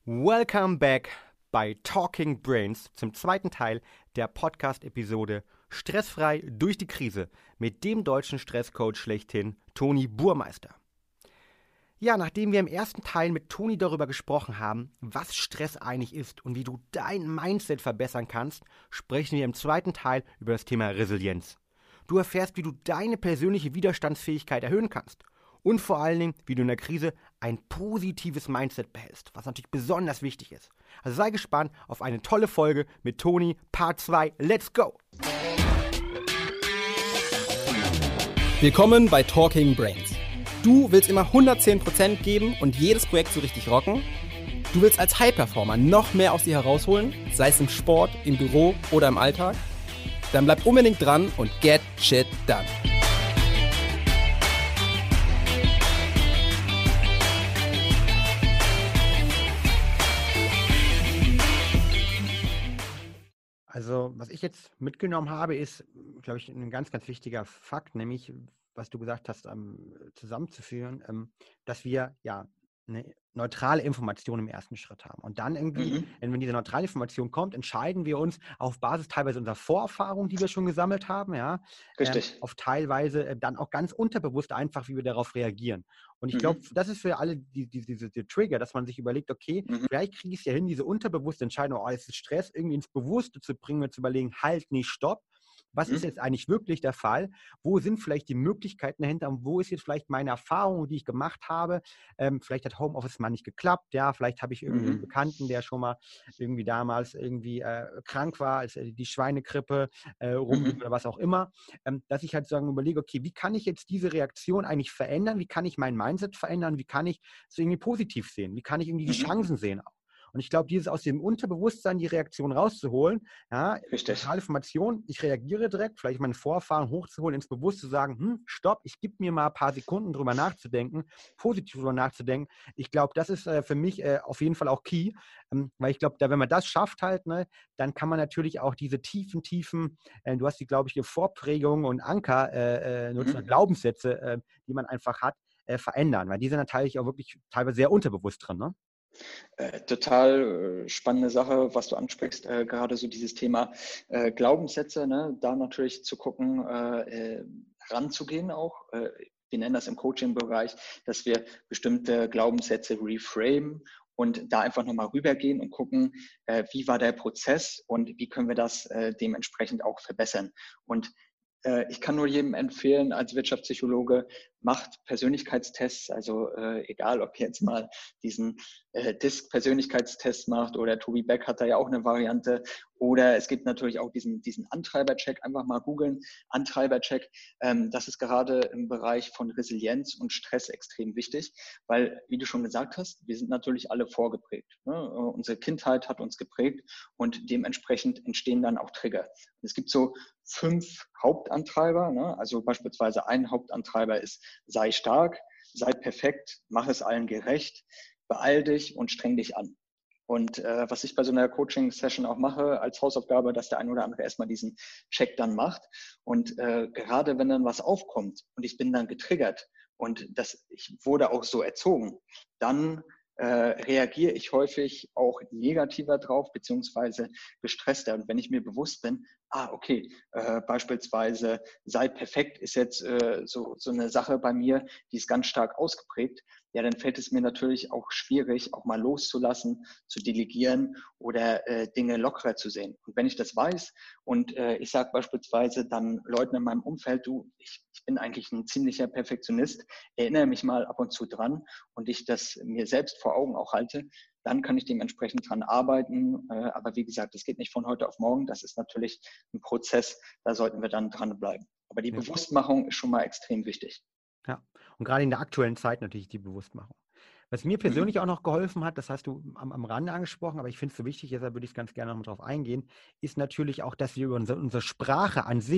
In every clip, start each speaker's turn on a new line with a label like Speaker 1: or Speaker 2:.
Speaker 1: Welcome back bei Talking Brains zum zweiten Teil der Podcast-Episode Stressfrei durch die Krise mit dem deutschen Stresscoach schlechthin, Toni Burmeister. Ja, nachdem wir im ersten Teil mit Toni darüber gesprochen haben, was Stress eigentlich ist und wie du dein Mindset verbessern kannst, sprechen wir im zweiten Teil über das Thema Resilienz. Du erfährst, wie du deine persönliche Widerstandsfähigkeit erhöhen kannst. Und vor allen Dingen, wie du in der Krise ein positives Mindset behältst, was natürlich besonders wichtig ist. Also sei gespannt auf eine tolle Folge mit Toni, Part 2. Let's go!
Speaker 2: Willkommen bei Talking Brains. Du willst immer 110% geben und jedes Projekt so richtig rocken? Du willst als High-Performer noch mehr aus dir herausholen, sei es im Sport, im Büro oder im Alltag? Dann bleib unbedingt dran und get shit done.
Speaker 1: Also, was ich jetzt mitgenommen habe, ist, glaube ich, ein ganz, ganz wichtiger Fakt, nämlich, was du gesagt hast, zusammenzuführen, dass wir ja eine neutrale Information im ersten Schritt haben. Und dann irgendwie, wenn diese neutrale Information kommt, entscheiden wir uns auf Basis teilweise unserer Vorerfahrung, die wir schon gesammelt haben, ja,
Speaker 2: Richtig.
Speaker 1: auf teilweise dann auch ganz unterbewusst einfach, wie wir darauf reagieren. Und ich glaube, das ist für alle diese Trigger, dass man sich überlegt, okay, vielleicht kriege ich es ja hin, diese unterbewusste Entscheidung, oh, es ist Stress, irgendwie ins Bewusste zu bringen und zu überlegen, halt, nee, stopp. Was ist jetzt eigentlich wirklich der Fall? Wo sind vielleicht die Möglichkeiten dahinter? Und wo ist jetzt vielleicht meine Erfahrung, die ich gemacht habe? Vielleicht hat Homeoffice mal nicht geklappt. Ja, vielleicht habe ich irgendwie einen Bekannten, der schon mal irgendwie damals irgendwie krank war, als die Schweinegrippe rumlief oder was auch immer. Dass ich halt sagen überlege, okay, wie kann ich jetzt diese Reaktion eigentlich verändern? Wie kann ich mein Mindset verändern? Wie kann ich es irgendwie positiv sehen? Wie kann ich irgendwie die Chancen sehen auch? Und ich glaube, dieses aus dem Unterbewusstsein die Reaktion rauszuholen, ja, totale Information, ich reagiere direkt, vielleicht meine Vorerfahrung hochzuholen, ins Bewusste zu sagen, stopp, ich gebe mir mal ein paar Sekunden drüber nachzudenken, positiv drüber nachzudenken. Ich glaube, das ist für mich auf jeden Fall auch key, weil ich glaube, wenn man das schafft halt, ne, dann kann man natürlich auch diese tiefen, du hast die, glaube ich, die Vorprägung und Anker nutzen, Glaubenssätze, die man einfach hat, verändern, weil die sind natürlich auch wirklich teilweise sehr unterbewusst drin, ne?
Speaker 3: Total spannende Sache, was du ansprichst, gerade so dieses Thema Glaubenssätze, ne? Da natürlich zu gucken, ranzugehen auch. Wir nennen das im Coaching-Bereich, dass wir bestimmte Glaubenssätze reframe und da einfach nochmal rübergehen und gucken, wie war der Prozess und wie können wir das dementsprechend auch verbessern. Und ich kann nur jedem empfehlen, als Wirtschaftspsychologe, macht Persönlichkeitstests, also egal, ob ihr jetzt mal diesen DISC-Persönlichkeitstest macht oder Tobi Beck hat da ja auch eine Variante oder es gibt natürlich auch diesen Antreibercheck, einfach mal googeln, Antreibercheck. Das ist gerade im Bereich von Resilienz und Stress extrem wichtig, weil, wie du schon gesagt hast, wir sind natürlich alle vorgeprägt. Ne? Unsere Kindheit hat uns geprägt und dementsprechend entstehen dann auch Trigger. Es gibt so 5 Hauptantreiber, ne? Also beispielsweise ein Hauptantreiber ist, sei stark, sei perfekt, mach es allen gerecht, beeil dich und streng dich an. Und was ich bei so einer Coaching-Session auch mache als Hausaufgabe, dass der ein oder andere erstmal diesen Check dann macht. Und gerade wenn dann was aufkommt und ich bin dann getriggert und ich wurde auch so erzogen, dann reagiere ich häufig auch negativer drauf, beziehungsweise gestresster. Und wenn ich mir bewusst bin, okay, beispielsweise sei perfekt ist jetzt so eine Sache bei mir, die ist ganz stark ausgeprägt, ja, dann fällt es mir natürlich auch schwierig, auch mal loszulassen, zu delegieren oder Dinge lockerer zu sehen. Und wenn ich das weiß und ich sage beispielsweise dann Leuten in meinem Umfeld, du, ich bin eigentlich ein ziemlicher Perfektionist, erinnere mich mal ab und zu dran und ich das mir selbst vor Augen auch halte, dann kann ich dementsprechend dran arbeiten. Aber wie gesagt, das geht nicht von heute auf morgen. Das ist natürlich ein Prozess, da sollten wir dann dranbleiben. Aber die Bewusstmachung ist schon mal extrem wichtig.
Speaker 1: Ja, und gerade in der aktuellen Zeit natürlich die Bewusstmachung. Was mir persönlich auch noch geholfen hat, das hast du am Rande angesprochen, aber ich finde es so wichtig, deshalb würde ich ganz gerne noch mal drauf eingehen, ist natürlich auch, dass wir über unsere Sprache an sich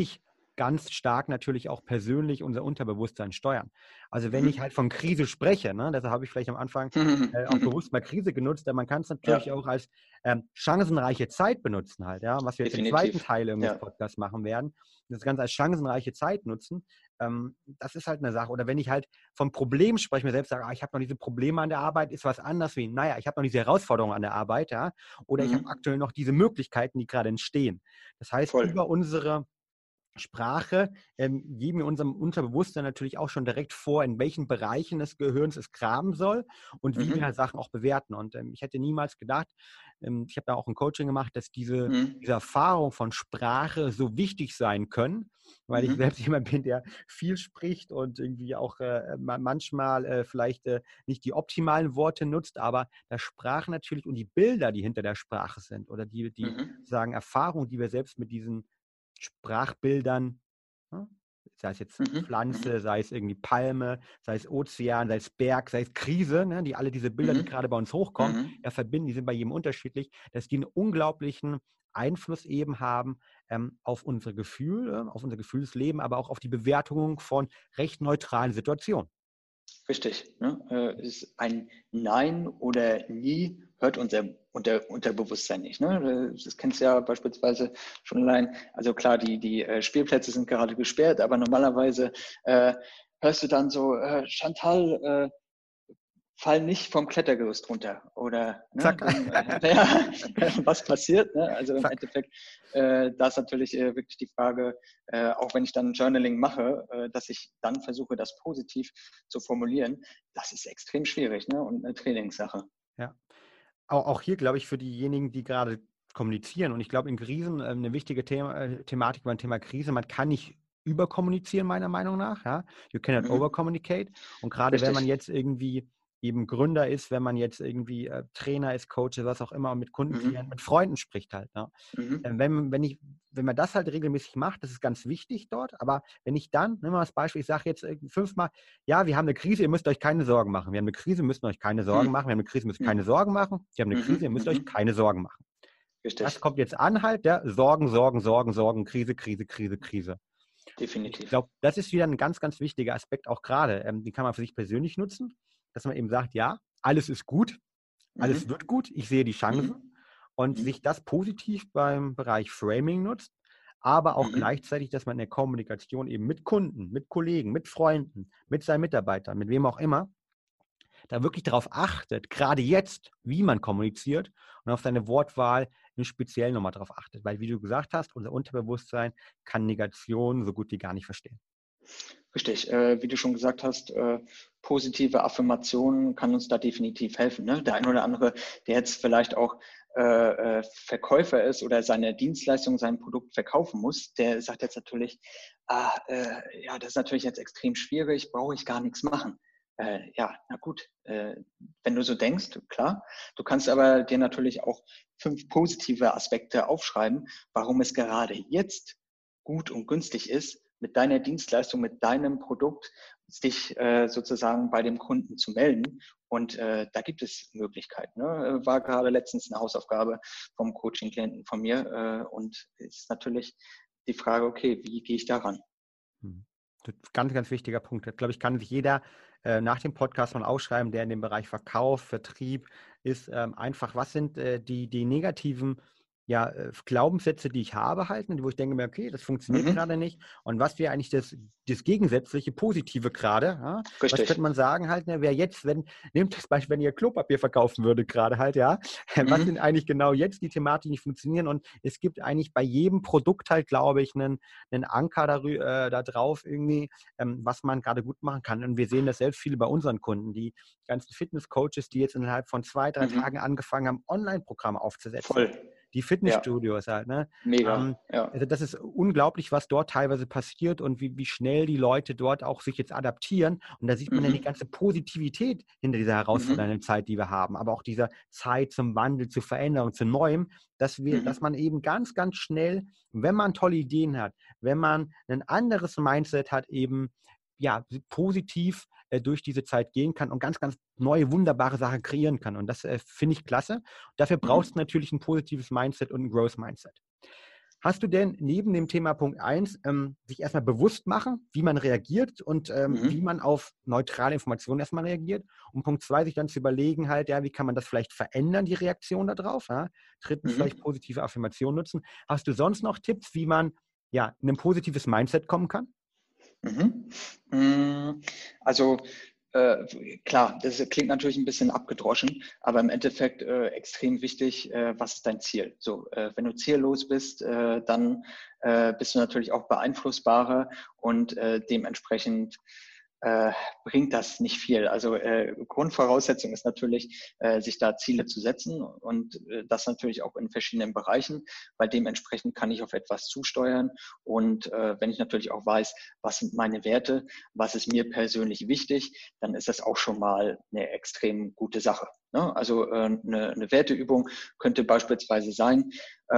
Speaker 1: ganz stark natürlich auch persönlich unser Unterbewusstsein steuern. Also wenn ich halt von Krise spreche, ne, deshalb habe ich vielleicht am Anfang auch bewusst mal Krise genutzt, denn man kann es natürlich auch als chancenreiche Zeit benutzen halt, ja, was wir jetzt im zweiten Teil des Podcasts machen werden, das Ganze als chancenreiche Zeit nutzen, das ist halt eine Sache. Oder wenn ich halt vom Problem spreche, mir selbst sage, ich habe noch diese Probleme an der Arbeit, ist was anders wie, naja, ich habe noch diese Herausforderungen an der Arbeit, ja, oder ich habe aktuell noch diese Möglichkeiten, die gerade entstehen. Das heißt, über unsere Sprache geben wir unserem Unterbewusstsein natürlich auch schon direkt vor, in welchen Bereichen des Gehirns es graben soll und wie wir halt Sachen auch bewerten. Und ich hätte niemals gedacht, ich habe da auch ein Coaching gemacht, dass diese Erfahrung von Sprache so wichtig sein können, weil ich selbst jemand bin, der viel spricht und irgendwie auch manchmal vielleicht nicht die optimalen Worte nutzt, aber das Sprache natürlich und die Bilder, die hinter der Sprache sind oder die sagen Erfahrungen, die wir selbst mit diesen Sprachbildern, ne? Sei es jetzt Pflanze, sei es irgendwie Palme, sei es Ozean, sei es Berg, sei es Krise, ne? Die alle diese Bilder, die gerade bei uns hochkommen, verbinden, die sind bei jedem unterschiedlich, dass die einen unglaublichen Einfluss eben haben auf unsere Gefühle, auf unser Gefühlsleben, aber auch auf die Bewertung von recht neutralen Situationen.
Speaker 3: Richtig. Ne? Ist ein Nein oder Nie hört unser Unterbewusstsein nicht. Ne? Das kennst du ja beispielsweise schon allein. Also klar, die Spielplätze sind gerade gesperrt, aber normalerweise hörst du dann so, Chantal, fall nicht vom Klettergerüst runter. Oder ne, dann, was passiert? Ne? Also im Endeffekt, da ist natürlich wirklich die Frage, auch wenn ich dann Journaling mache, dass ich dann versuche, das positiv zu formulieren. Das ist extrem schwierig, ne? Und eine Trainingssache.
Speaker 1: Ja. Auch hier, glaube ich, für diejenigen, die gerade kommunizieren, und ich glaube, in Krisen eine wichtige Thematik beim Thema Krise, man kann nicht überkommunizieren, meiner Meinung nach. Ja? You cannot overcommunicate. Und gerade wenn man jetzt irgendwie eben Gründer ist, wenn man jetzt irgendwie Trainer ist, Coach ist, was auch immer, und mit Kunden, Klienten, mit Freunden spricht halt. Ne? Wenn man das halt regelmäßig macht, das ist ganz wichtig dort, aber wenn ich dann, nehmen wir mal das Beispiel, ich sage jetzt 5-mal, ja, wir haben eine Krise, ihr müsst euch keine Sorgen machen. Wir haben eine Krise, müsst euch keine Sorgen machen. Wir haben eine Krise, müsst keine Sorgen machen. Wir haben eine Krise, ihr müsst euch keine Sorgen machen.
Speaker 3: Richtig.
Speaker 1: Das kommt jetzt an halt, der Sorgen, Krise.
Speaker 3: Definitiv.
Speaker 1: Ich glaube, das ist wieder ein ganz, ganz wichtiger Aspekt, auch gerade. Den kann man für sich persönlich nutzen, dass man eben sagt, ja, alles ist gut, alles wird gut, ich sehe die Chancen und sich das positiv beim Bereich Framing nutzt, aber auch gleichzeitig, dass man in der Kommunikation eben mit Kunden, mit Kollegen, mit Freunden, mit seinen Mitarbeitern, mit wem auch immer, da wirklich darauf achtet, gerade jetzt, wie man kommuniziert und auf seine Wortwahl im Speziellen nochmal darauf achtet. Weil, wie du gesagt hast, unser Unterbewusstsein kann Negation so gut wie gar nicht verstehen.
Speaker 3: Richtig, wie du schon gesagt hast, positive Affirmationen kann uns da definitiv helfen. Ne? Der ein oder andere, der jetzt vielleicht auch Verkäufer ist oder seine Dienstleistung, sein Produkt verkaufen muss, der sagt jetzt natürlich, ja, das ist natürlich jetzt extrem schwierig, brauche ich gar nichts machen. Ja, na gut, wenn du so denkst, klar. Du kannst aber dir natürlich auch 5 positive Aspekte aufschreiben, warum es gerade jetzt gut und günstig ist, mit deiner Dienstleistung, mit deinem Produkt sich sozusagen bei dem Kunden zu melden. Und da gibt es Möglichkeiten. Ne? War gerade letztens eine Hausaufgabe vom Coaching-Klienten von mir. Und ist natürlich die Frage, okay, wie gehe ich daran?
Speaker 1: Ganz, ganz wichtiger Punkt. Das, glaube ich, kann sich jeder nach dem Podcast mal ausschreiben, der in dem Bereich Verkauf, Vertrieb ist. Einfach, was sind die negativen Glaubenssätze, die ich habe, halten, wo ich denke mir, okay, das funktioniert gerade nicht. Und was wäre eigentlich das gegensätzliche, Positive gerade? Ja? Was könnte man sagen halt, ne, wer jetzt, nehmt das Beispiel, wenn ihr Klopapier verkaufen würdet gerade halt, ja, was sind eigentlich genau jetzt die Thematiken, die nicht funktionieren? Und es gibt eigentlich bei jedem Produkt halt, glaube ich, einen Anker da drauf irgendwie, was man gerade gut machen kann. Und wir sehen das selbst viele bei unseren Kunden, die ganzen Fitness-Coaches, die jetzt innerhalb von 2-3 Tagen angefangen haben, Online-Programme aufzusetzen.
Speaker 3: Voll.
Speaker 1: Die Fitnessstudios halt, ne?
Speaker 3: Mega.
Speaker 1: Also das ist unglaublich, was dort teilweise passiert und wie schnell die Leute dort auch sich jetzt adaptieren. Und da sieht man ja die ganze Positivität hinter dieser herausfordernden Zeit, die wir haben. Aber auch dieser Zeit zum Wandel, zur Veränderung, zu Neuem, dass man eben ganz, ganz schnell, wenn man tolle Ideen hat, wenn man ein anderes Mindset hat, eben positiv durch diese Zeit gehen kann und ganz, ganz neue, wunderbare Sachen kreieren kann. Und das finde ich klasse. Dafür brauchst du natürlich ein positives Mindset und ein Growth-Mindset. Hast du denn neben dem Thema Punkt 1 sich erstmal bewusst machen, wie man reagiert und wie man auf neutrale Informationen erstmal reagiert? Und Punkt 2, sich dann zu überlegen halt, ja, wie kann man das vielleicht verändern, die Reaktion darauf? Ja? Drittens, vielleicht positive Affirmationen nutzen. Hast du sonst noch Tipps, wie man ja in ein positives Mindset kommen kann?
Speaker 3: Also klar, das klingt natürlich ein bisschen abgedroschen, aber im Endeffekt extrem wichtig, was ist dein Ziel? So, wenn du ziellos bist, dann bist du natürlich auch beeinflussbarer und dementsprechend bringt das nicht viel. Also Grundvoraussetzung ist natürlich, sich da Ziele zu setzen und das natürlich auch in verschiedenen Bereichen, weil dementsprechend kann ich auf etwas zusteuern und wenn ich natürlich auch weiß, was sind meine Werte, was ist mir persönlich wichtig, dann ist das auch schon mal eine extrem gute Sache. Ne? Also eine Werteübung könnte beispielsweise sein,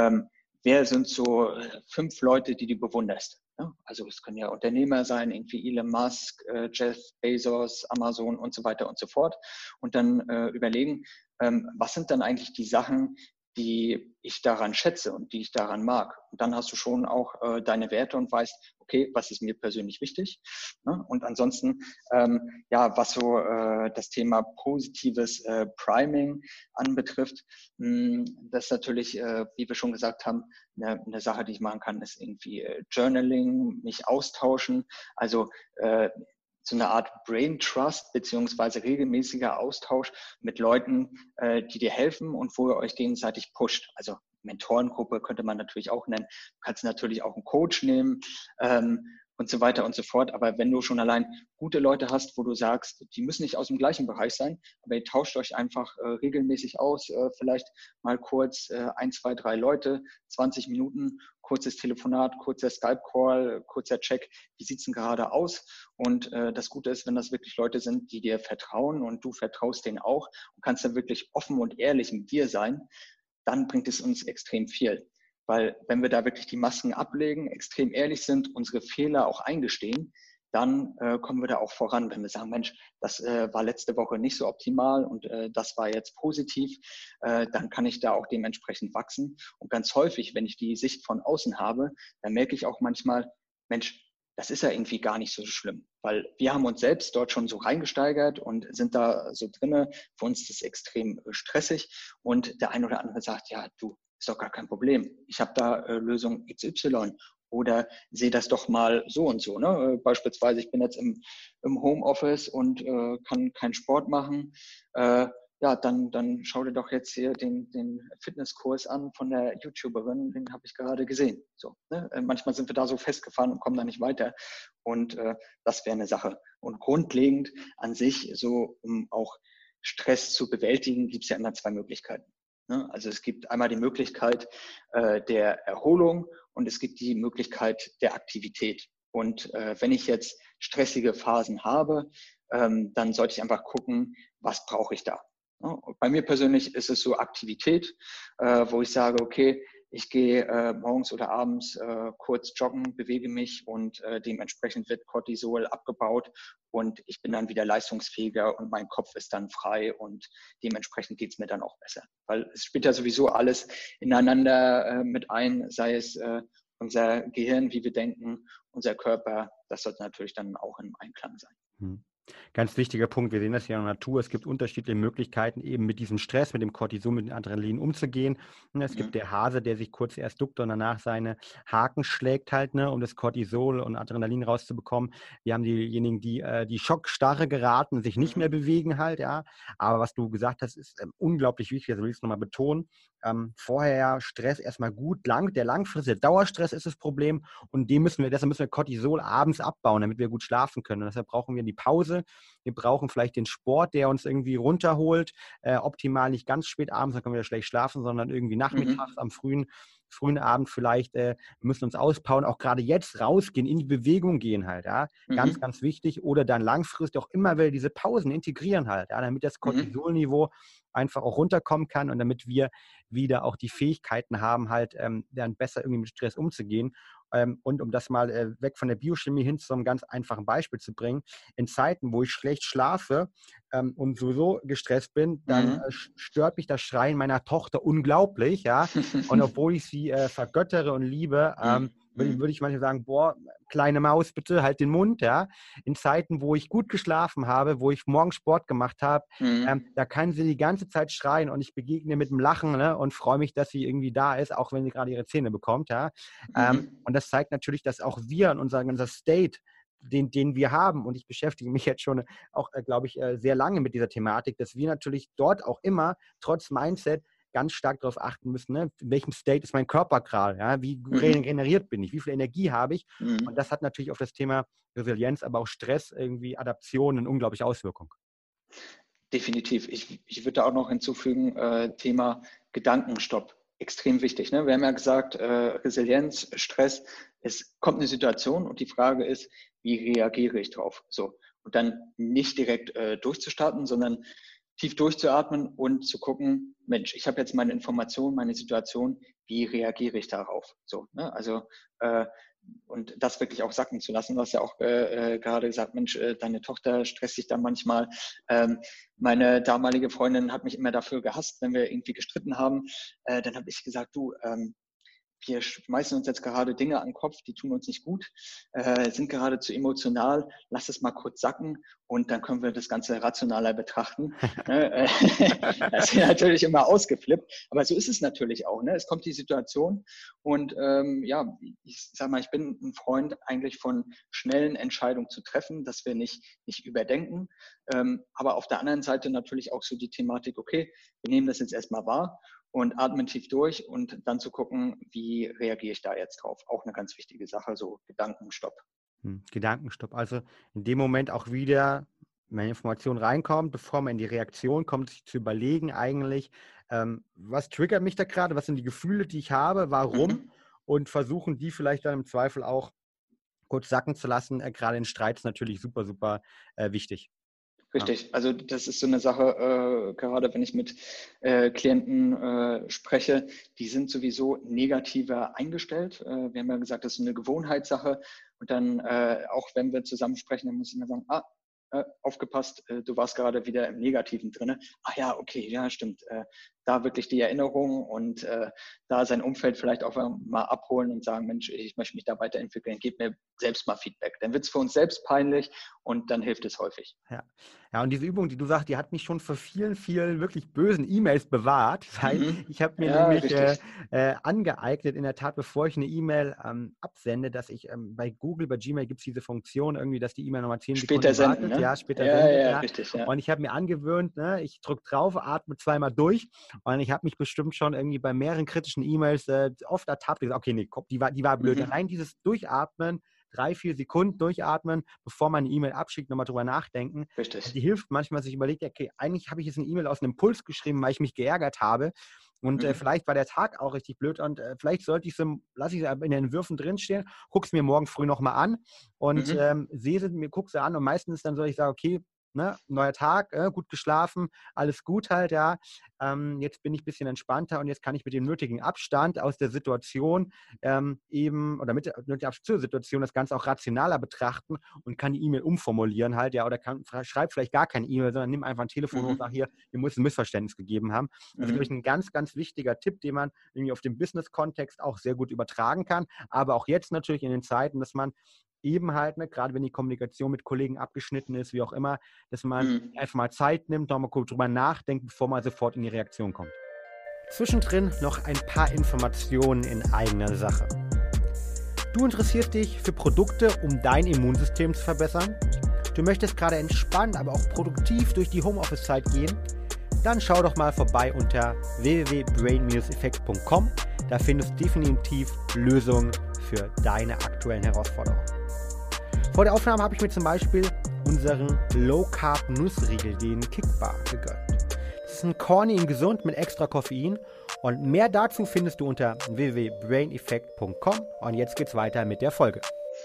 Speaker 3: wer sind so 5 Leute, die du bewunderst? Ja, also es können ja Unternehmer sein, irgendwie Elon Musk, Jeff Bezos, Amazon und so weiter und so fort. Und dann überlegen, was sind dann eigentlich die Sachen, die ich daran schätze und die ich daran mag. Und dann hast du schon auch deine Werte und weißt, okay, was ist mir persönlich wichtig. Ne? Und ansonsten, ja, was so das Thema positives Priming anbetrifft, das ist natürlich, wie wir schon gesagt haben, eine Sache, die ich machen kann, ist irgendwie Journaling, mich austauschen. Also so eine Art Brain Trust beziehungsweise regelmäßiger Austausch mit Leuten, die dir helfen und wo ihr euch gegenseitig pusht. Also Mentorengruppe könnte man natürlich auch nennen. Du kannst natürlich auch einen Coach nehmen und so weiter und so fort. Aber wenn du schon allein gute Leute hast, wo du sagst, die müssen nicht aus dem gleichen Bereich sein, aber ihr tauscht euch einfach regelmäßig aus, vielleicht mal kurz 1, 2, 3 Leute, 20 Minuten, kurzes Telefonat, kurzer Skype-Call, kurzer Check, wie sieht's denn gerade aus? Und das Gute ist, wenn das wirklich Leute sind, die dir vertrauen und du vertraust denen auch und kannst dann wirklich offen und ehrlich mit dir sein, dann bringt es uns extrem viel. Weil wenn wir da wirklich die Masken ablegen, extrem ehrlich sind, unsere Fehler auch eingestehen, dann kommen wir da auch voran. Wenn wir sagen, Mensch, das war letzte Woche nicht so optimal und das war jetzt positiv, dann kann ich da auch dementsprechend wachsen. Und ganz häufig, wenn ich die Sicht von außen habe, dann merke ich auch manchmal, Mensch, das ist ja irgendwie gar nicht so schlimm, weil wir haben uns selbst dort schon so reingesteigert und sind da so drinne. Für uns ist es extrem stressig und der eine oder andere sagt, ja, du, ist doch gar kein Problem. Ich habe da Lösung XY oder sehe das doch mal so und so. Ne? Beispielsweise, ich bin jetzt im Homeoffice und kann keinen Sport machen. Ja, dann schau dir doch jetzt hier den Fitnesskurs an von der YouTuberin, den habe ich gerade gesehen. So, ne? Manchmal sind wir da so festgefahren und kommen da nicht weiter. Und das wäre eine Sache. Und grundlegend an sich, so um auch Stress zu bewältigen, gibt es ja immer 2 Möglichkeiten. Ne? Also es gibt einmal die Möglichkeit der Erholung und es gibt die Möglichkeit der Aktivität. Und wenn ich jetzt stressige Phasen habe, dann sollte ich einfach gucken, was brauche ich da. Bei mir persönlich ist es so Aktivität, wo ich sage, okay, ich gehe morgens oder abends kurz joggen, bewege mich und dementsprechend wird Cortisol abgebaut und ich bin dann wieder leistungsfähiger und mein Kopf ist dann frei und dementsprechend geht es mir dann auch besser. Weil es spielt ja sowieso alles ineinander mit ein, sei es unser Gehirn, wie wir denken, unser Körper, das sollte natürlich dann auch im Einklang sein.
Speaker 1: Ganz wichtiger Punkt, wir sehen das ja in der Natur, es gibt unterschiedliche Möglichkeiten, eben mit diesem Stress, mit dem Cortisol, mit dem Adrenalin umzugehen. Es gibt der Hase, der sich kurz erst duckt und danach seine Haken schlägt halt, ne, um das Cortisol und Adrenalin rauszubekommen. Wir haben diejenigen, die Schockstarre geraten, sich nicht mehr bewegen halt, ja. Aber was du gesagt hast, ist unglaublich wichtig, also will ich es nochmal betonen. Vorher Stress erstmal gut, der langfristige Dauerstress ist das Problem und deshalb müssen wir Cortisol abends abbauen, damit wir gut schlafen können. Und deshalb brauchen wir die Pause. Wir brauchen vielleicht den Sport, der uns irgendwie runterholt. Optimal nicht ganz spät abends, dann können wir ja schlecht schlafen, sondern irgendwie nachmittags am frühen Abend vielleicht. Wir müssen uns auspowern, auch gerade jetzt rausgehen, in die Bewegung gehen halt. Ja? Ganz, ganz wichtig. Oder dann langfristig auch immer wieder diese Pausen integrieren halt, ja? Damit das Cortisolniveau einfach auch runterkommen kann und damit wir wieder auch die Fähigkeiten haben, halt dann besser irgendwie mit Stress umzugehen. Und um das mal weg von der Biochemie hin zu einem ganz einfachen Beispiel zu bringen, in Zeiten, wo ich schlecht schlafe und sowieso gestresst bin, dann stört mich das Schreien meiner Tochter unglaublich, ja. Und obwohl ich sie vergöttere und liebe, würde ich manchmal sagen, boah, kleine Maus, bitte halt den Mund, ja. In Zeiten, wo ich gut geschlafen habe, wo ich morgens Sport gemacht habe, da kann sie die ganze Zeit schreien und ich begegne mit einem Lachen, ne, und freue mich, dass sie irgendwie da ist, auch wenn sie gerade ihre Zähne bekommt, ja. Und das zeigt natürlich, dass auch wir in unser State, den wir haben, und ich beschäftige mich jetzt schon auch, glaube ich, sehr lange mit dieser Thematik, dass wir natürlich dort auch immer, trotz Mindset, ganz stark darauf achten müssen, ne? In welchem State ist mein Körper gerade, ja? Wie regeneriert bin ich, wie viel Energie habe ich, und das hat natürlich auf das Thema Resilienz, aber auch Stress, irgendwie Adaption, eine unglaubliche Auswirkung.
Speaker 3: Definitiv. Ich würde da auch noch hinzufügen, Thema Gedankenstopp. Extrem wichtig. Ne? Wir haben ja gesagt, Resilienz, Stress, es kommt eine Situation und die Frage ist, wie reagiere ich drauf? So. Und dann nicht direkt durchzustarten, sondern tief durchzuatmen und zu gucken, Mensch, ich habe jetzt meine Information, meine Situation, wie reagiere ich darauf? So, ne? Also und das wirklich auch sacken zu lassen. Du hast ja auch gerade gesagt, Mensch, deine Tochter stresst sich da manchmal. Meine damalige Freundin hat mich immer dafür gehasst, wenn wir irgendwie gestritten haben. Dann habe ich gesagt, du, wir schmeißen uns jetzt gerade Dinge an den Kopf, die tun uns nicht gut, sind gerade zu emotional, lass es mal kurz sacken und dann können wir das Ganze rationaler betrachten. Das ist natürlich immer ausgeflippt, aber so ist es natürlich auch. Ne? Es kommt die Situation und ja, ich sag mal, ich bin ein Freund eigentlich von schnellen Entscheidungen zu treffen, dass wir nicht überdenken, aber auf der anderen Seite natürlich auch so die Thematik, okay, wir nehmen das jetzt erstmal wahr und atmen tief durch und dann zu gucken, wie reagiere ich da jetzt drauf. Auch eine ganz wichtige Sache, so Gedankenstopp.
Speaker 1: Gedankenstopp. Also in dem Moment auch wieder, wenn eine Information reinkommt, bevor man in die Reaktion kommt, sich zu überlegen eigentlich, was triggert mich da gerade, was sind die Gefühle, die ich habe, warum, und versuchen die vielleicht dann im Zweifel auch kurz sacken zu lassen. Gerade in Streits natürlich super, super wichtig.
Speaker 3: Richtig, also das ist so eine Sache, gerade wenn ich mit Klienten spreche, die sind sowieso negativer eingestellt. Wir haben ja gesagt, das ist eine Gewohnheitssache und dann auch wenn wir zusammen sprechen, dann muss ich immer sagen, aufgepasst, du warst gerade wieder im Negativen drin. Ach ja, okay, ja, stimmt. Da wirklich die Erinnerung und da sein Umfeld vielleicht auch mal abholen und sagen, Mensch, ich möchte mich da weiterentwickeln, gib mir selbst mal Feedback. Dann wird es für uns selbst peinlich und dann hilft es häufig.
Speaker 1: Ja, und diese Übung, die du sagst, die hat mich schon vor vielen, vielen wirklich bösen E-Mails bewahrt, weil ich habe mir nämlich angeeignet, in der Tat, bevor ich eine E-Mail absende, dass ich bei Google, bei Gmail gibt es diese Funktion irgendwie, dass die E-Mail nochmal 10 Sekunden
Speaker 3: senden,
Speaker 1: wartet.
Speaker 3: Ne?
Speaker 1: Ja, später sendet.
Speaker 3: Richtig, ja.
Speaker 1: Und ich habe mir angewöhnt, ne, ich drücke drauf, atme zweimal durch und ich habe mich bestimmt schon irgendwie bei mehreren kritischen E-Mails oft ertappt, gesagt, okay, nee, die war blöd. Allein dieses Durchatmen, 3-4 Sekunden durchatmen, bevor man eine E-Mail abschickt, nochmal drüber nachdenken.
Speaker 3: Richtig.
Speaker 1: Die hilft manchmal, sich überlegt, okay, eigentlich habe ich jetzt eine E-Mail aus einem Impuls geschrieben, weil ich mich geärgert habe. Und vielleicht war der Tag auch richtig blöd und vielleicht lasse ich es in den Entwürfen drinstehen, gucke es mir morgen früh nochmal an und gucke sie an und meistens dann soll ich sagen, okay, ne, neuer Tag, gut geschlafen, alles gut halt, ja. Jetzt bin ich ein bisschen entspannter und jetzt kann ich mit dem nötigen Abstand aus der Situation oder mit der nötigen Abstand zur Situation das Ganze auch rationaler betrachten und kann die E-Mail umformulieren halt, ja, oder schreib vielleicht gar keine E-Mail, sondern nimm einfach ein Telefon und sag hier muss ein Missverständnis gegeben haben. Das ist, glaube ich, ein ganz, ganz wichtiger Tipp, den man irgendwie auf den Business-Kontext auch sehr gut übertragen kann, aber auch jetzt natürlich in den Zeiten, dass man eben halt, ne, gerade wenn die Kommunikation mit Kollegen abgeschnitten ist, wie auch immer, dass man einfach mal Zeit nimmt, nochmal kurz drüber nachdenkt, bevor man sofort in die Reaktion kommt. Zwischendrin noch ein paar Informationen in eigener Sache. Du interessierst dich für Produkte, um dein Immunsystem zu verbessern? Du möchtest gerade entspannt, aber auch produktiv durch die Homeoffice-Zeit gehen? Dann schau doch mal vorbei unter www.brain-effekt.com. Da findest du definitiv Lösungen für deine aktuellen Herausforderungen. Vor der Aufnahme habe ich mir zum Beispiel unseren Low-Carb-Nussriegel, den Kickbar, gegönnt. Das ist ein Corny und gesund mit extra Koffein und mehr dazu findest du unter www.braineffekt.com und jetzt geht's weiter mit der Folge.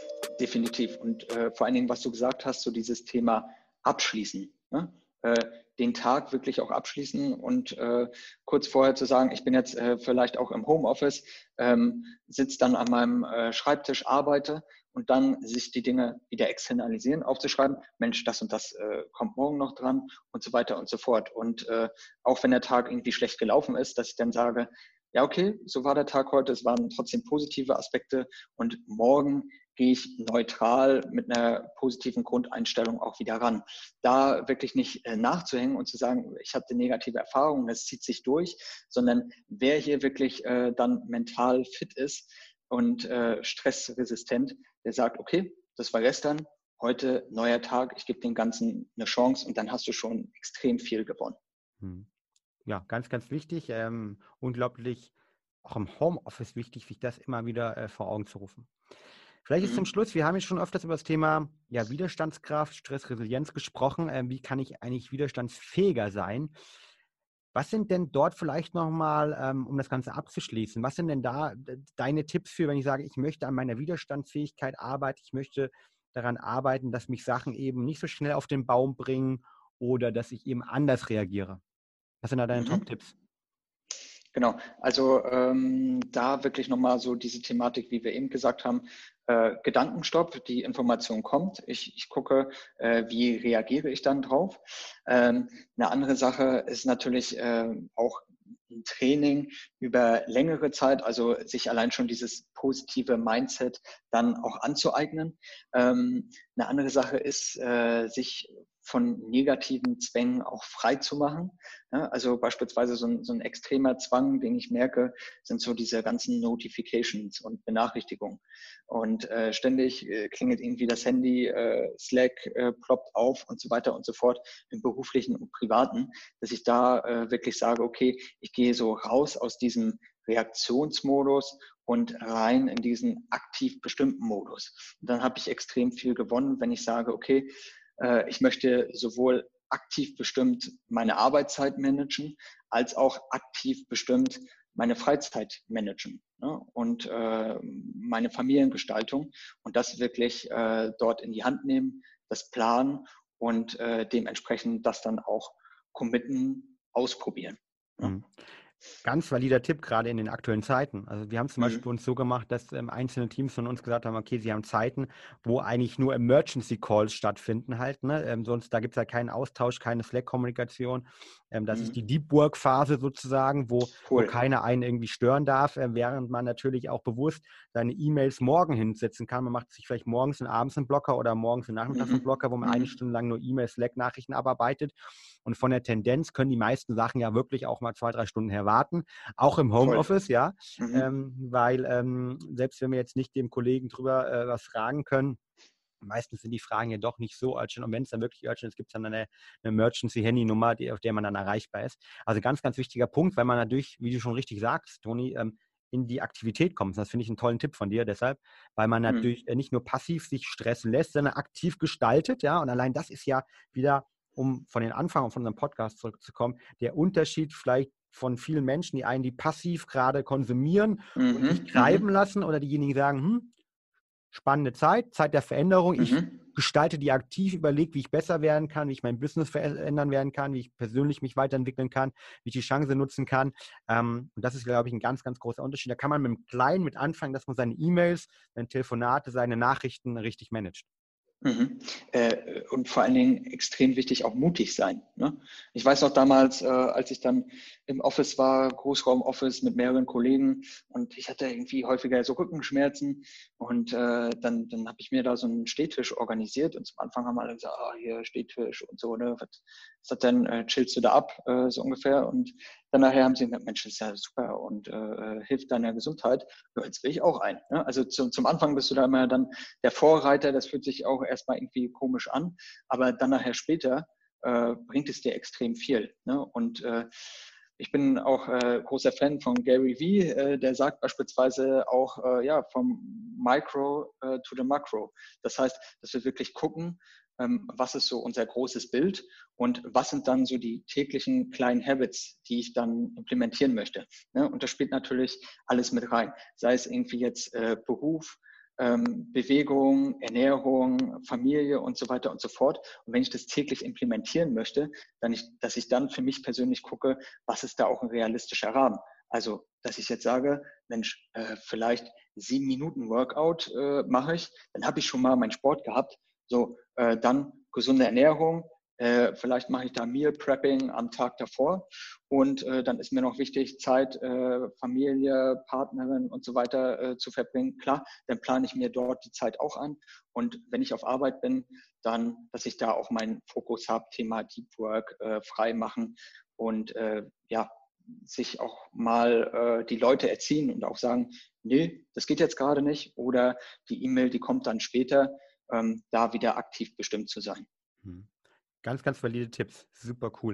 Speaker 3: Definitiv und vor allen Dingen, was du gesagt hast, so dieses Thema abschließen. Ne? den Tag wirklich auch abschließen und kurz vorher zu sagen, ich bin jetzt vielleicht auch im Homeoffice, sitze dann an meinem Schreibtisch, arbeite und dann sich die Dinge wieder externalisieren, aufzuschreiben, Mensch, das und das kommt morgen noch dran und so weiter und so fort. Und auch wenn der Tag irgendwie schlecht gelaufen ist, dass ich dann sage, ja, okay, so war der Tag heute, es waren trotzdem positive Aspekte und morgen gehe ich neutral mit einer positiven Grundeinstellung auch wieder ran. Da wirklich nicht nachzuhängen und zu sagen, ich hatte negative Erfahrungen, das zieht sich durch, sondern wer hier wirklich dann mental fit ist und stressresistent, der sagt, okay, das war gestern, heute neuer Tag, ich gebe dem Ganzen eine Chance und dann hast du schon extrem viel gewonnen.
Speaker 1: Ja, ganz, ganz wichtig. Unglaublich auch im Homeoffice wichtig, sich das immer wieder vor Augen zu rufen. Vielleicht ist zum Schluss, wir haben jetzt schon öfters über das Thema Widerstandskraft, Stressresilienz gesprochen. Wie kann ich eigentlich widerstandsfähiger sein? Was sind denn dort vielleicht nochmal, um das Ganze abzuschließen, was sind denn da deine Tipps für, wenn ich sage, ich möchte an meiner Widerstandsfähigkeit arbeiten, ich möchte daran arbeiten, dass mich Sachen eben nicht so schnell auf den Baum bringen oder dass ich eben anders reagiere? Was sind da deine Top-Tipps?
Speaker 3: Genau, also da wirklich nochmal so diese Thematik, wie wir eben gesagt haben, Gedankenstopp, die Information kommt. Ich gucke, wie reagiere ich dann drauf. Eine andere Sache ist natürlich auch ein Training über längere Zeit, also sich allein schon dieses positive Mindset dann auch anzueignen. Eine andere Sache ist, sich von negativen Zwängen auch frei zu machen. Ja, also beispielsweise so ein extremer Zwang, den ich merke, sind so diese ganzen Notifications und Benachrichtigungen. Und ständig klingelt irgendwie das Handy, Slack ploppt auf und so weiter und so fort im beruflichen und privaten, dass ich da wirklich sage, okay, ich gehe so raus aus diesem Reaktionsmodus und rein in diesen aktiv bestimmten Modus. Und dann habe ich extrem viel gewonnen, wenn ich sage, okay, ich möchte sowohl aktiv bestimmt meine Arbeitszeit managen, als auch aktiv bestimmt meine Freizeit managen, ne? Und meine Familiengestaltung und das wirklich dort in die Hand nehmen, das planen und dementsprechend das dann auch committen, ausprobieren. Ne?
Speaker 1: Ganz valider Tipp, gerade in den aktuellen Zeiten. Also wir haben zum Beispiel uns so gemacht, dass einzelne Teams von uns gesagt haben, okay, sie haben Zeiten, wo eigentlich nur Emergency Calls stattfinden halt. Ne? Sonst, da gibt es ja keinen Austausch, keine Slack-Kommunikation. Das ist die Deep Work-Phase sozusagen, wo keiner einen irgendwie stören darf, während man natürlich auch bewusst seine E-Mails morgen hinsetzen kann. Man macht sich vielleicht morgens und abends einen Blocker oder morgens und nachmittags einen Blocker, wo man eine Stunde lang nur E-Mail, Slack-Nachrichten abarbeitet. Und von der Tendenz können die meisten Sachen ja wirklich auch mal 2-3 Stunden warten, auch im Homeoffice, ja, weil selbst wenn wir jetzt nicht dem Kollegen drüber was fragen können, meistens sind die Fragen ja doch nicht so urgent. Und wenn es dann wirklich urgent ist, gibt es dann eine Emergency-Handy-Nummer, auf der man dann erreichbar ist. Also ganz, ganz wichtiger Punkt, weil man natürlich, wie du schon richtig sagst, Toni, in die Aktivität kommt. Das finde ich einen tollen Tipp von dir deshalb, weil man natürlich nicht nur passiv sich stressen lässt, sondern aktiv gestaltet, ja, und allein das ist ja wieder, um von den Anfang von unserem Podcast zurückzukommen, der Unterschied vielleicht von vielen Menschen, die passiv gerade konsumieren und sich treiben lassen oder diejenigen, die sagen, spannende Zeit der Veränderung, ich gestalte die aktiv, überlege, wie ich besser werden kann, wie ich mein Business verändern werden kann, wie ich persönlich mich weiterentwickeln kann, wie ich die Chance nutzen kann. Und das ist, glaube ich, ein ganz, ganz großer Unterschied. Da kann man mit dem Kleinen mit anfangen, dass man seine E-Mails, seine Telefonate, seine Nachrichten richtig managt.
Speaker 3: Und vor allen Dingen extrem wichtig auch mutig sein. Ne? Ich weiß noch damals, als ich dann im Office war, Großraum-Office mit mehreren Kollegen und ich hatte irgendwie häufiger so Rückenschmerzen und dann habe ich mir da so einen Stehtisch organisiert und zum Anfang haben alle gesagt, hier Stehtisch und so, ne? Was ist das denn, chillst du da ab, so ungefähr, und dann nachher haben sie gesagt, Mensch, das ist ja super und hilft deiner Gesundheit. Ja, jetzt will ich auch ein. Ne? Also zum Anfang bist du da immer dann der Vorreiter, das fühlt sich auch erstmal irgendwie komisch an, aber dann nachher später bringt es dir extrem viel. Ne? Und ich bin auch großer Fan von Gary Vee, der sagt beispielsweise auch vom Micro to the Macro. Das heißt, dass wir wirklich gucken, was ist so unser großes Bild und was sind dann so die täglichen kleinen Habits, die ich dann implementieren möchte. Ne? Und da spielt natürlich alles mit rein. Sei es irgendwie jetzt Beruf, Bewegung, Ernährung, Familie und so weiter und so fort. Und wenn ich das täglich implementieren möchte, dass ich dann für mich persönlich gucke, was ist da auch ein realistischer Rahmen. Also, dass ich jetzt sage, Mensch, vielleicht 7 Minuten Workout mache ich, dann habe ich schon mal meinen Sport gehabt. So, dann gesunde Ernährung, vielleicht mache ich da Meal Prepping am Tag davor und dann ist mir noch wichtig, Zeit, Familie, Partnerin und so weiter zu verbringen. Klar, dann plane ich mir dort die Zeit auch an und wenn ich auf Arbeit bin, dann, dass ich da auch meinen Fokus habe, Thema Deep Work, frei machen und ja, sich auch mal die Leute erziehen und auch sagen, nee, das geht jetzt gerade nicht oder die E-Mail, die kommt dann später, da wieder aktiv bestimmt zu sein.
Speaker 1: Ganz, ganz valide Tipps. Super cool.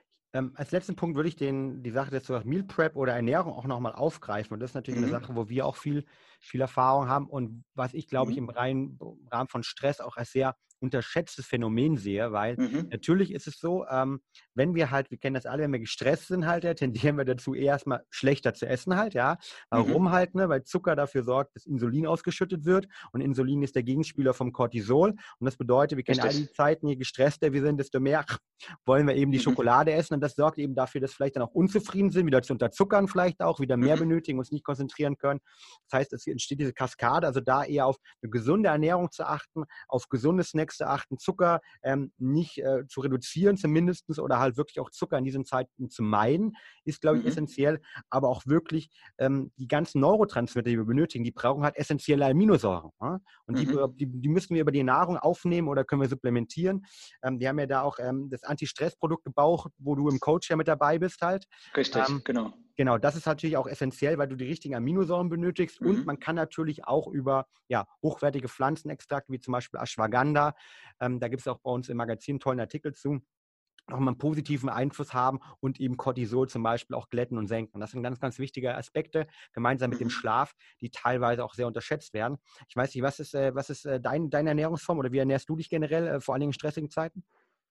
Speaker 1: Als letzten Punkt würde ich die Sache des Meal Prep oder Ernährung auch nochmal aufgreifen. Und das ist natürlich eine Sache, wo wir auch viel Erfahrung haben und was ich, glaube ich, im Rahmen von Stress auch als sehr unterschätztes Phänomen sehe, weil natürlich ist es so, wenn wir kennen das alle, wenn wir gestresst sind halt, tendieren wir dazu, erstmal schlechter zu essen halt, ja. Warum halt, ne? Weil Zucker dafür sorgt, dass Insulin ausgeschüttet wird und Insulin ist der Gegenspieler vom Cortisol und das bedeutet, wir kennen all die Zeiten, je gestresster wir sind, desto mehr wollen wir eben die Schokolade essen und das sorgt eben dafür, dass vielleicht dann auch unzufrieden sind, wieder zu unterzuckern vielleicht auch, wieder mehr benötigen, uns nicht konzentrieren können. Das heißt, es entsteht diese Kaskade, also da eher auf eine gesunde Ernährung zu achten, auf gesunde Snacks zu achten, Zucker nicht zu reduzieren zumindest oder halt wirklich auch Zucker in diesen Zeiten zu meiden, ist, glaube ich, essentiell, aber auch wirklich die ganzen Neurotransmitter, die wir benötigen, die brauchen halt essentielle Aminosäuren. Ja? Und die müssen wir über die Nahrung aufnehmen oder können wir supplementieren. Die haben ja da auch das Anti-Stress-Produkt gebaut, wo du im Coach ja mit dabei bist halt.
Speaker 3: Richtig, genau.
Speaker 1: Genau, das ist natürlich auch essentiell, weil du die richtigen Aminosäuren benötigst und man kann natürlich auch über hochwertige Pflanzenextrakte, wie zum Beispiel Ashwagandha, da gibt es auch bei uns im Magazin einen tollen Artikel zu, nochmal einen positiven Einfluss haben und eben Cortisol zum Beispiel auch glätten und senken. Das sind ganz, ganz wichtige Aspekte, gemeinsam mit dem Schlaf, die teilweise auch sehr unterschätzt werden. Ich weiß nicht, was ist deine Ernährungsform oder wie ernährst du dich generell, vor allen Dingen in stressigen Zeiten?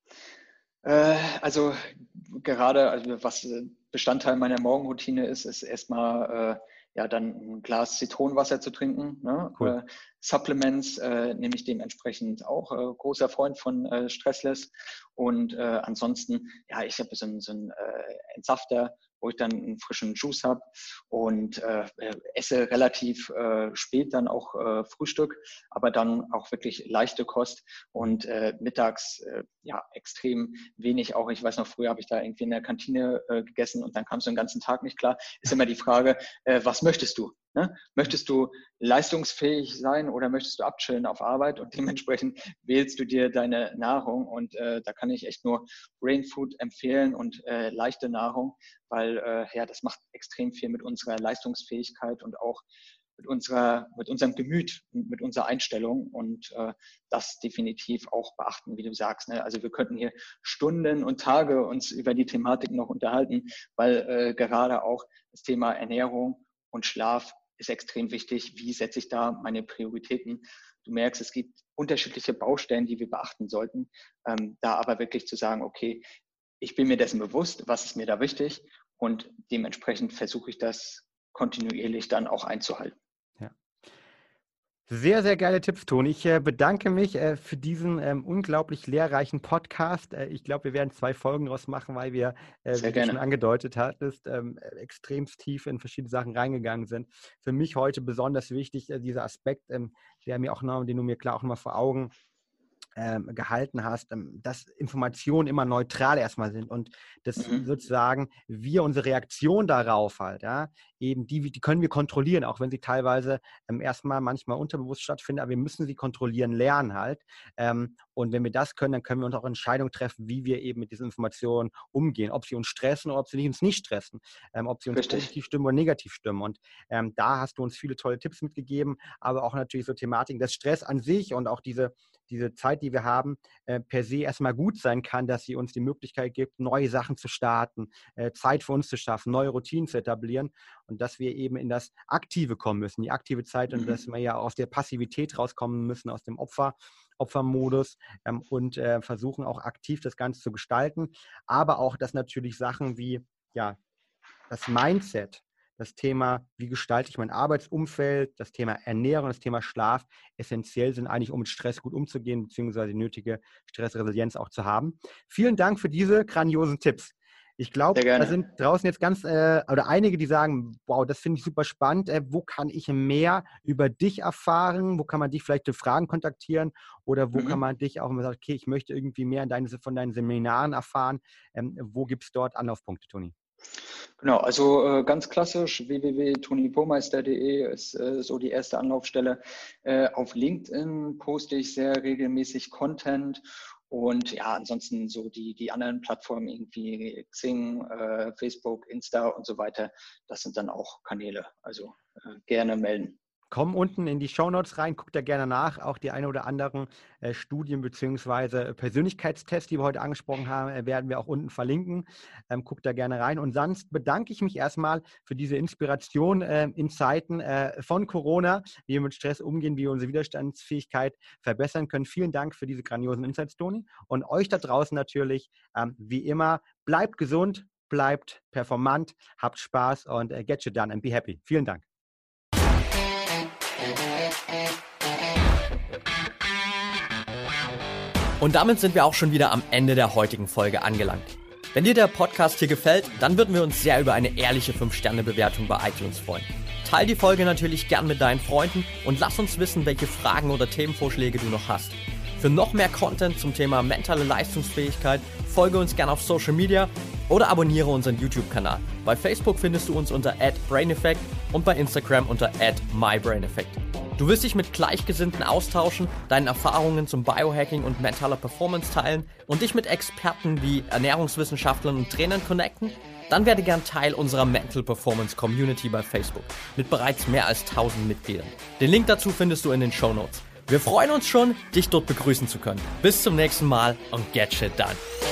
Speaker 3: Also was Bestandteil meiner Morgenroutine ist erstmal dann ein Glas Zitronenwasser zu trinken. Ne?
Speaker 1: Cool.
Speaker 3: Supplements nehme ich dementsprechend auch. Großer Freund von Stressless. Und ansonsten, ich habe so einen Entsafter, wo ich dann einen frischen Juice habe und esse relativ spät dann auch Frühstück, aber dann auch wirklich leichte Kost und mittags extrem wenig auch. Ich weiß noch, früher habe ich da irgendwie in der Kantine gegessen und dann kamst du den ganzen Tag nicht klar. Ist immer die Frage, was möchtest du? Ne? Möchtest du leistungsfähig sein oder möchtest du abchillen auf Arbeit? Und dementsprechend wählst du dir deine Nahrung und da kann ich echt nur Brain Food empfehlen und leichte Nahrung, weil das macht extrem viel mit unserer Leistungsfähigkeit und auch mit unserem Gemüt, mit unserer Einstellung und das definitiv auch beachten, wie du sagst. Ne? Also wir könnten hier Stunden und Tage uns über die Thematik noch unterhalten, weil gerade auch das Thema Ernährung und Schlaf ist extrem wichtig. Wie setze ich da meine Prioritäten? Du merkst, es gibt unterschiedliche Baustellen, die wir beachten sollten. Da aber wirklich zu sagen, okay, ich bin mir dessen bewusst, was ist mir da wichtig und dementsprechend versuche ich das kontinuierlich dann auch einzuhalten.
Speaker 1: Ja. Sehr, sehr geile Tipps, Toni. Ich bedanke mich für diesen unglaublich lehrreichen Podcast. Ich glaube, wir werden 2 Folgen daraus machen, weil wir, wie du schon angedeutet hattest, extremst tief in verschiedene Sachen reingegangen sind. Für mich heute besonders wichtig, dieser Aspekt, den du mir klar auch nochmal vor Augen gehalten hast, dass Informationen immer neutral erstmal sind und dass sozusagen wir unsere Reaktion darauf halt, eben die können wir kontrollieren, auch wenn sie teilweise manchmal unterbewusst stattfinden, aber wir müssen sie kontrollieren lernen halt. Und wenn wir das können, dann können wir uns auch Entscheidungen treffen, wie wir eben mit diesen Informationen umgehen, ob sie uns stressen oder ob sie uns nicht stressen, ob sie uns positiv stimmen oder negativ stimmen. Und da hast du uns viele tolle Tipps mitgegeben, aber auch natürlich so Thematiken, dass Stress an sich und auch diese Zeit, die wir haben, per se erstmal gut sein kann, dass sie uns die Möglichkeit gibt, neue Sachen zu starten, Zeit für uns zu schaffen, neue Routinen zu etablieren und dass wir eben in das Aktive kommen müssen, die aktive Zeit und dass wir ja aus der Passivität rauskommen müssen, aus dem Opfermodus und versuchen auch aktiv das Ganze zu gestalten, aber auch, dass natürlich Sachen wie das Mindset, das Thema, wie gestalte ich mein Arbeitsumfeld, das Thema Ernährung, das Thema Schlaf essentiell sind eigentlich, um mit Stress gut umzugehen, beziehungsweise die nötige Stressresilienz auch zu haben. Vielen Dank für diese grandiosen Tipps. Ich glaube, da sind draußen jetzt oder einige, die sagen, wow, das finde ich super spannend. Wo kann ich mehr über dich erfahren? Wo kann man dich vielleicht für Fragen kontaktieren? Oder wo kann man dich auch, wenn man sagt, okay, ich möchte irgendwie mehr von deinen Seminaren erfahren. Wo gibt es dort Anlaufpunkte, Toni?
Speaker 3: Genau, also ganz klassisch www.tonipohlmeister.de ist so die erste Anlaufstelle. Auf LinkedIn poste ich sehr regelmäßig Content. Und ja, ansonsten so die anderen Plattformen, irgendwie Xing, Facebook, Insta und so weiter, das sind dann auch Kanäle. Also gerne melden.
Speaker 1: Komm unten in die Shownotes rein, guck da gerne nach. Auch die eine oder anderen Studien bzw. Persönlichkeitstests, die wir heute angesprochen haben, werden wir auch unten verlinken. Guck da gerne rein. Und sonst bedanke ich mich erstmal für diese Inspiration in Zeiten von Corona, wie wir mit Stress umgehen, wie wir unsere Widerstandsfähigkeit verbessern können. Vielen Dank für diese grandiosen Insights, Toni. Und euch da draußen natürlich, wie immer, bleibt gesund, bleibt performant, habt Spaß und get you done and be happy. Vielen Dank.
Speaker 2: Und damit sind wir auch schon wieder am Ende der heutigen Folge angelangt. Wenn dir der Podcast hier gefällt, dann würden wir uns sehr über eine ehrliche 5-Sterne-Bewertung bei iTunes freuen. Teil die Folge natürlich gern mit deinen Freunden und lass uns wissen, welche Fragen oder Themenvorschläge du noch hast. Für noch mehr Content zum Thema mentale Leistungsfähigkeit folge uns gern auf Social Media oder abonniere unseren YouTube-Kanal. Bei Facebook findest du uns unter @braineffect und bei Instagram unter @mybraineffect. Du willst dich mit Gleichgesinnten austauschen, deine Erfahrungen zum Biohacking und mentaler Performance teilen und dich mit Experten wie Ernährungswissenschaftlern und Trainern connecten? Dann werde gern Teil unserer Mental Performance Community bei Facebook mit bereits mehr als 1000 Mitgliedern. Den Link dazu findest du in den Shownotes. Wir freuen uns schon, dich dort begrüßen zu können. Bis zum nächsten Mal und get shit done.